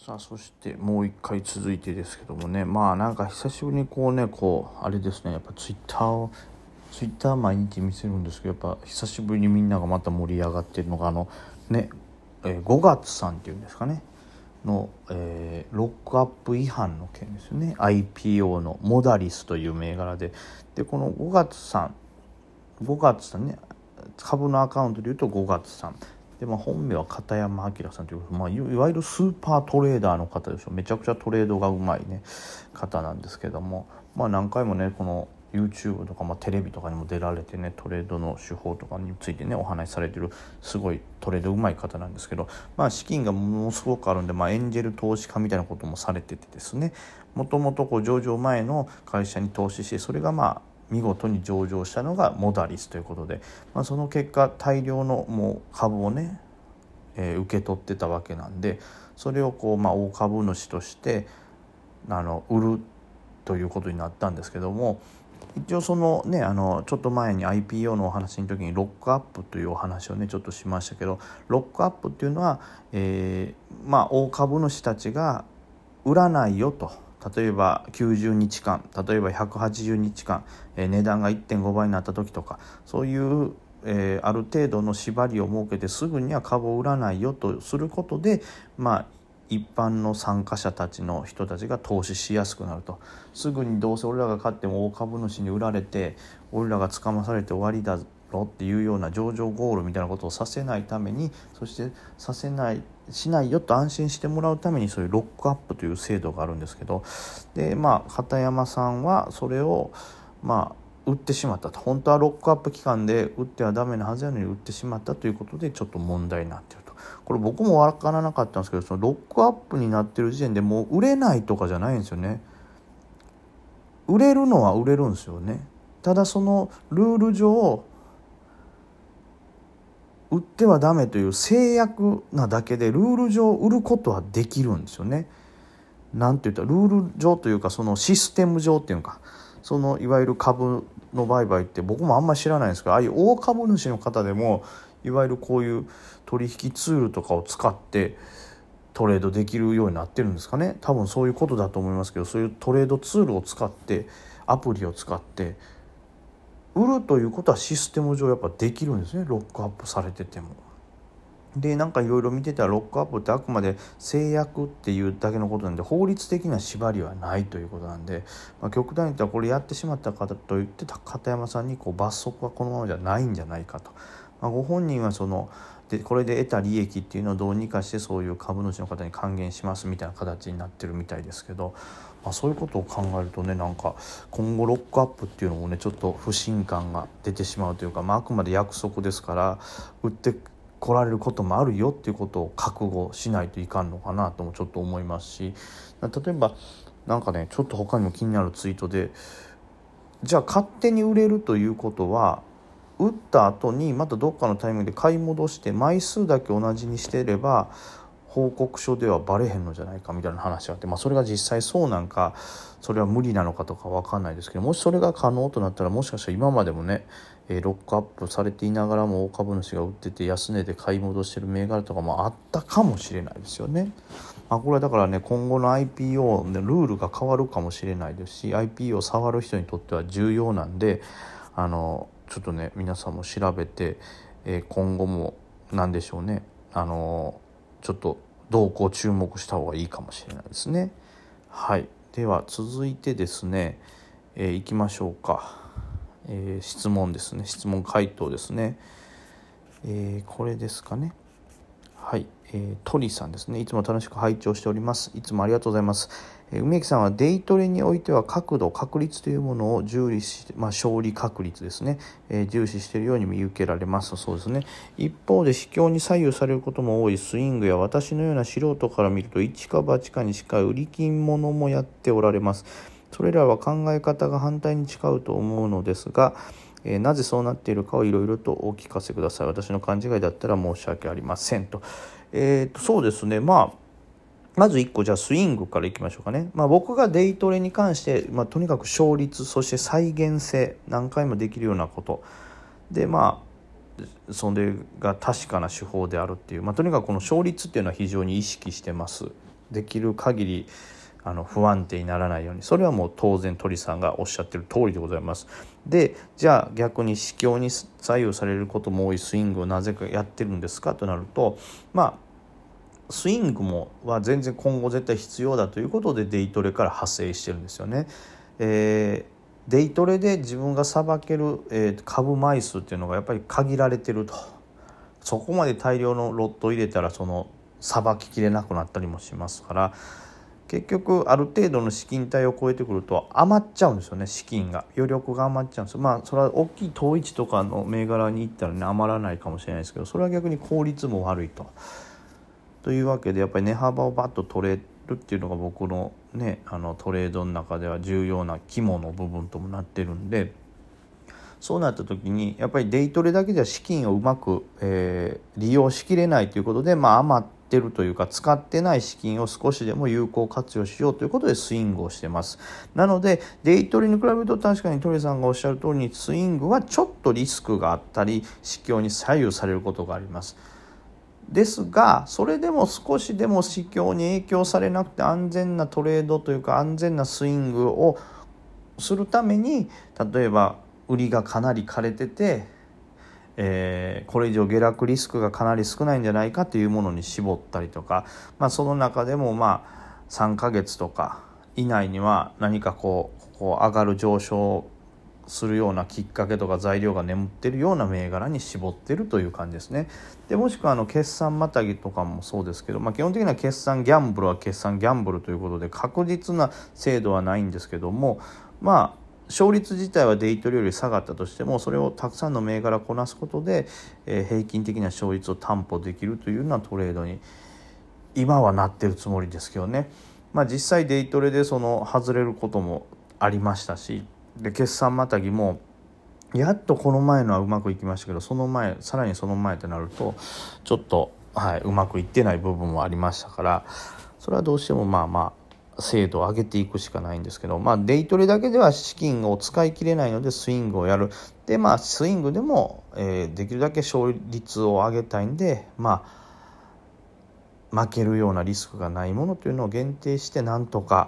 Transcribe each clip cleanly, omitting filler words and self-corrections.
さあ、そしてもう一回続いてですけどもね、なんか久しぶりにあれですね、やっぱツイッター毎日見せるんですけど、やっぱ久しぶりにみんながまた盛り上がってるのが5月さんっていうんですかねの、ロックアップ違反の件ですよね。 IPO のモダリスという銘柄で、この5月さんね、株のアカウントでいうと5月さんで、本名は片山明さんという、いわゆるスーパートレーダーの方でしょ。めちゃくちゃトレードがうまいね方なんですけども、何回もねこの YouTube とか、テレビとかにも出られてね、トレードの手法とかについてねお話しされてるすごいトレードうまい方なんですけど、資金がものすごくあるんで、エンジェル投資家みたいなこともされててですね、もともと上場前の会社に投資して、それが見事に上場したのがモダリスということで、その結果大量のもう株をね、受け取ってたわけなんで、それを大株主として売るということになったんですけども、一応ちょっと前に IPO のお話の時にロックアップというお話をねちょっとしましたけど、ロックアップっていうのは、大株主たちが売らないよと。例えば90日間、例えば180日間、値段が 1.5 倍になった時とか、そういう、ある程度の縛りを設けてすぐには株を売らないよとすることで、一般の参加者たちの人たちが投資しやすくなると。すぐにどうせ俺らが買っても大株主に売られて俺らが捕まされて終わりだろっていうような上場ゴールみたいなことをさせないために、そしてしないよと安心してもらうために、そういうロックアップという制度があるんですけど、で片山さんはそれを売ってしまったと。本当はロックアップ期間で売ってはダメなはずなのに売ってしまったということでちょっと問題になっていると。これ僕も分からなかったんですけど、そのロックアップになってる時点でもう売れないとかじゃないんですよね。売れるのは売れるんですよね。ただそのルール上売ってはダメという制約なだけで、ルール上売ることはできるんですよね。なんて言ったらルール上というか、そのシステム上っていうか、そのいわゆる株の売買って僕もあんまり知らないんですけど、ああいう大株主の方でもいわゆるこういう取引ツールとかを使ってトレードできるようになってるんですかね。多分そういうことだと思いますけど、そういうトレードツールを使ってアプリを使って売るということはシステム上やっぱできるんですね、ロックアップされてても。でいろいろ見てたら、ロックアップってあくまで制約っていうだけのことなんで、法律的な縛りはないということなんで、極端に言ったらこれやってしまった方と言ってた片山さんに罰則はこのままじゃないんじゃないかと。ご本人はこれで得た利益っていうのをどうにかしてそういう株主の方に還元しますみたいな形になってるみたいですけど、そういうことを考えるとね、今後ロックアップっていうのもねちょっと不信感が出てしまうというか、あくまで約束ですから売って来られることもあるよっていうことを覚悟しないといかんのかなともちょっと思いますし、例えばちょっと他にも気になるツイートで、じゃあ勝手に売れるということは、打った後にまたどっかのタイミングで買い戻して枚数だけ同じにしていれば報告書ではバレへんのじゃないかみたいな話があって、それが実際そうなんか、それは無理なのかとか分かんないですけど、もしそれが可能となったら、もしかしたら今までもねロックアップされていながらも大株主が売ってて安値で買い戻してる銘柄とかもあったかもしれないですよね。これはだからね、今後の IPO でルールが変わるかもしれないですし、 IPO を触る人にとっては重要なんで、ちょっとね皆さんも調べて、今後もなんでしょうね、ちょっと動向注目した方がいいかもしれないですね。はい、では続いてですね、いきましょうか。質問ですね、質問回答ですね。これですかね。はい、トリさんですね。いつも楽しく拝聴しております。いつもありがとうございます。梅木さんはデイトレにおいては角度、確率というものを重視して、勝利確率ですね、重視しているように見受けられます。そうですね。一方で市況に左右されることも多いスイングや、私のような素人から見ると一か八かにしか売り金物もやっておられます。それらは考え方が反対に違うと思うのですが、なぜそうなっているかをいろいろとお聞かせください。私の勘違いだったら申し訳ありませんと。そうですね、まず1個じゃあスイングからいきましょうかね。僕がデイトレに関して、とにかく勝率、そして再現性、何回もできるようなことで、それが確かな手法であるっていう、とにかくこの勝率っていうのは非常に意識してます。 できる限り不安定にならないように、それはもう当然鳥さんがおっしゃってる通りでございます。でじゃあ逆に市況に左右されることも多いスイングをなぜかやってるんですかとなると、スイングは全然今後絶対必要だということでデイトレから派生してるんですよね。デイトレで自分がさばける、株枚数っていうのがやっぱり限られてると。そこまで大量のロットを入れたらさばききれなくなったりもしますから、結局ある程度の資金帯を超えてくると余っちゃうんですよね。資金が余力が余っちゃうんですよ。それは大きい統一とかの銘柄に行ったらね余らないかもしれないですけど、それは逆に効率も悪いというわけで、やっぱり値幅をバッと取れるっていうのが僕のねトレードの中では重要な肝の部分ともなってるんで、そうなった時にやっぱりデイトレだけでは資金をうまく、利用しきれないということで、余ってるというか使ってない資金を少しでも有効活用しようということでスイングをしてます。なのでデイトレに比べると確かに鳥さんがおっしゃる通りにスイングはちょっとリスクがあったり市況に左右されることがあります。ですがそれでも少しでも市況に影響されなくて安全なトレードというか安全なスイングをするために、例えば売りがかなり枯れてて、これ以上下落リスクがかなり少ないんじゃないかというものに絞ったりとか、その中でも3ヶ月とか以内には何かこう上がる上昇するようなきっかけとか材料が眠ってるような銘柄に絞ってるという感じですね。でもしくは決算またぎとかもそうですけど、基本的には決算ギャンブルは決算ギャンブルということで確実な精度はないんですけども、勝率自体はデイトレより下がったとしてもそれをたくさんの銘柄こなすことで、平均的な勝率を担保できるというようなトレードに今はなってるつもりですけどね。実際デイトレで外れることもありましたし、で決算またぎもやっとこの前のはうまくいきましたけど、さらにその前となるとちょっと、うまくいってない部分もありましたから、それはどうしても精度を上げていくしかないんですけど、デイトレだけでは資金を使い切れないのでスイングをやる。でスイングでも、できるだけ勝率を上げたいんで負けるようなリスクがないものというのを限定してなんとか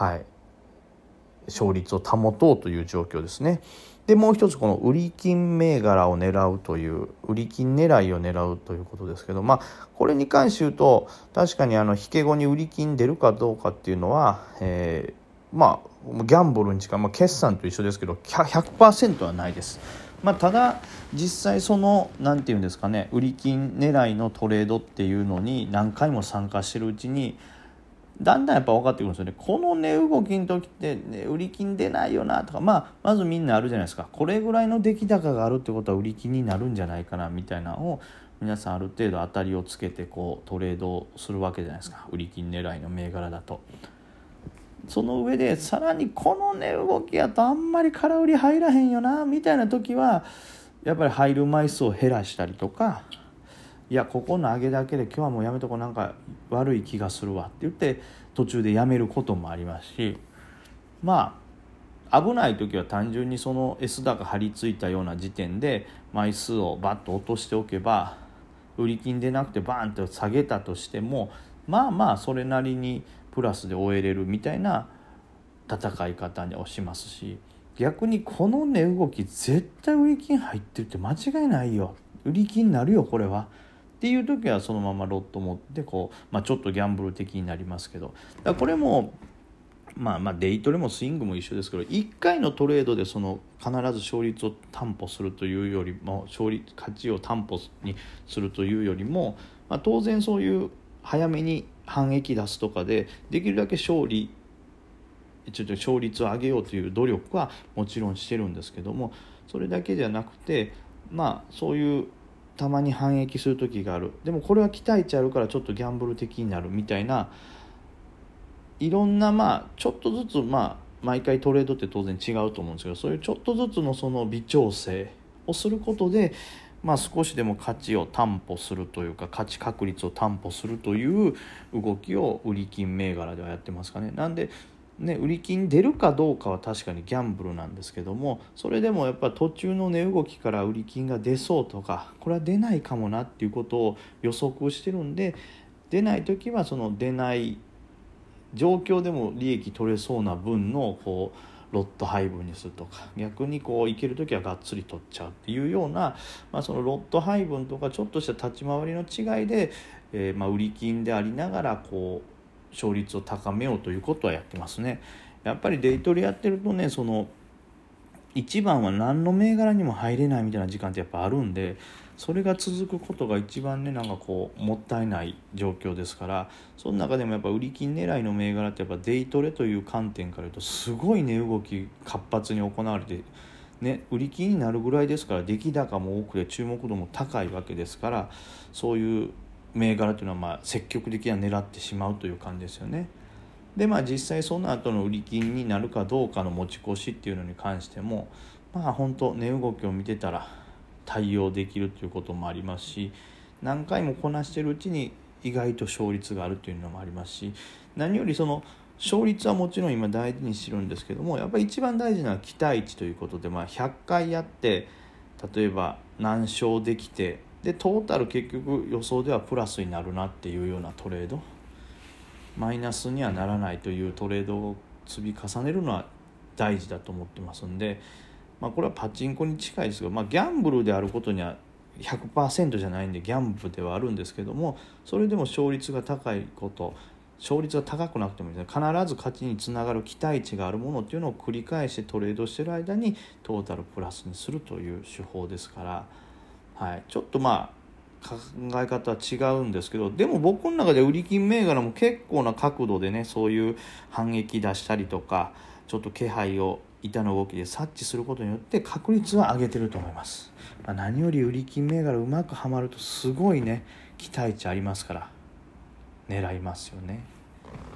勝率を保とうという状況ですね。でもう一つこの売り金銘柄を狙うという売り金狙いを狙うということですけど、これに関して言うと確かに引け後に売り金出るかどうかっていうのは、ギャンブルに近い、決算と一緒ですけど 100% はないです。ただ実際なんていうんですかね、売り金狙いのトレードっていうのに何回も参加してるうちにだんだんやっぱ分かってくるんですよね。この値動きの時って、売り金出ないよなとか、まずみんなあるじゃないですか。これぐらいの出来高があるってことは売り金になるんじゃないかなみたいなのを皆さんある程度当たりをつけてトレードをするわけじゃないですか。売り金狙いの銘柄だと。その上でさらにこの値動きやとあんまり空売り入らへんよなみたいな時はやっぱり入る枚数を減らしたりとか、いやここの上げだけで今日はもうやめとこう、なんか悪い気がするわって言って途中でやめることもありますし、危ない時は単純にS 高張り付いたような時点で枚数をバッと落としておけば、売り金でなくてバーンと下げたとしてもそれなりにプラスで終えれるみたいな戦い方をしますし、逆にこの値動き絶対売り金入ってるって間違いないよ、売り金になるよこれはっていう時はそのままロット持ってちょっとギャンブル的になりますけど、だからこれもデイトレもスイングも一緒ですけど、1回のトレードで必ず勝率を担保するというよりも勝ちを担保にするというよりも、当然そういう早めに反撃出すとかでできるだけ勝率を上げようという努力はもちろんしてるんですけども、それだけじゃなくてそういうたまに反撃する時がある、でもこれは期待値あるからちょっとギャンブル的になるみたいな、いろんなちょっとずつ毎回トレードって当然違うと思うんですけど、そういうちょっとずつの微調整をすることで少しでも価値を担保するというか価値確率を担保するという動きを売り金銘柄ではやってますかね。なんで売り金出るかどうかは確かにギャンブルなんですけども、それでもやっぱ途中の値動きから売り金が出そうとか、これは出ないかもなっていうことを予測してるんで、出ない時は出ない状況でも利益取れそうな分のこうロット配分にするとか、逆にこういける時はがっつり取っちゃうっていうような、そのロット配分とかちょっとした立ち回りの違いで、売り金でありながらこう勝率を高めようということはやってますね。やっぱりデイトレやってるとね、その一番は何の銘柄にも入れないみたいな時間ってやっぱあるんで、それが続くことが一番ねなんかこうもったいない状況ですから、その中でもやっぱ売り金狙いの銘柄ってやっぱデイトレという観点から言うとすごい値動き活発に行われてね、売り金になるぐらいですから、出来高も多くて注目度も高いわけですから、そういう銘柄というのは積極的には狙ってしまうという感じですよね。で実際その後の売り金になるかどうかの持ち越しっていうのに関しても本当値動きを見てたら対応できるということもありますし、何回もこなしてるうちに意外と勝率があるというのもありますし、何よりその勝率はもちろん今大事にしてるんですけども、やっぱり一番大事なのは期待値ということで、100回やって例えば何勝できて、でトータル結局予想ではプラスになるなっていうようなトレード、マイナスにはならないというトレードを積み重ねるのは大事だと思ってますんで、これはパチンコに近いですが、ギャンブルであることには 100% じゃないんでギャンブルではあるんですけども、それでも勝率が高いこと、勝率が高くなくてもですね、必ず勝ちにつながる期待値があるものっていうのを繰り返してトレードしている間にトータルプラスにするという手法ですから、ちょっと考え方は違うんですけど、でも僕の中で売り金銘柄も結構な角度でね、そういう反撃出したりとか、ちょっと気配を板の動きで察知することによって確率は上げてると思います。何より売り金銘柄うまくはまるとすごいね期待値ありますから狙いますよね。